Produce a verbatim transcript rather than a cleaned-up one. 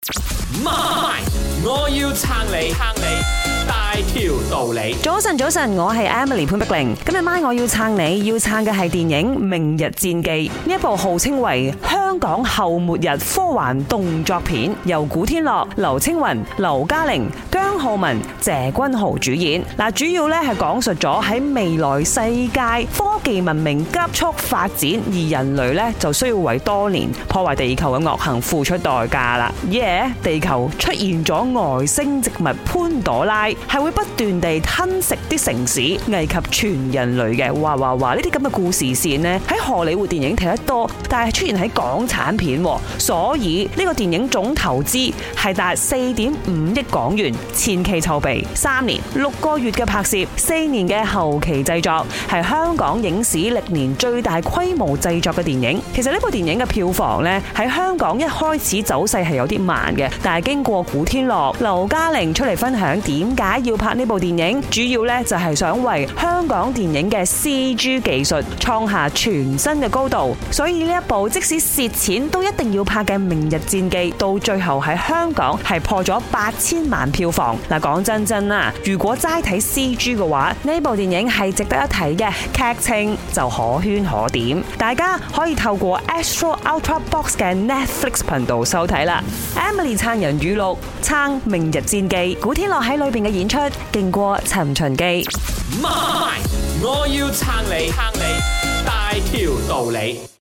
媽，我要撐你，撐你大條道理。 早晨，早晨，我係 Emily 潘碧玲。今日晚我要撐你，要撐嘅係電影《明日戰記》呢一部號稱為香港後末日科幻動作片，由古天樂、劉青雲、劉嘉玲、姜浩文、謝君豪主演。嗱，主要咧係講述咗喺未來世界科技文明急速發展，而人類咧就需要為多年破壞地球嘅惡行付出代價啦。耶！地球出現咗外星植物潘朵拉，係會不斷地吞食啲城市，危及全人類嘅。哇哇哇！呢啲咁嘅故事線呢，喺荷里活電影睇得多，但係出現喺港產片，所以呢個電影總投資係達四點五億港元，前期籌備三年六個月嘅拍攝，四年嘅後期製作，係香港影史歷年最大規模製作嘅電影。其實呢部電影嘅票房呢，喺香港一開始走勢係有啲慢嘅，但係經過古天樂、劉嘉玲出嚟分享點解要拍呢部電影，主要呢就係想為香港電影嘅 C G 技術創下全新嘅高度。所以呢一部即使蝕錢都一定要拍嘅《明日戰記》，到最後喺香港係破咗八千萬票房。嗱，講真真啦，如果齋睇 C G 嘅話，呢部電影係值得一睇嘅，劇情就可圈可點。大家可以透過 Astro Ultra Box 嘅 Netflix 頻道收睇啦。Emily 撐人語錄，撐《明日戰記》，古天樂喺裏邊嘅演出勁過《尋秦記》。 媽，我要撐你，撐你大條道理。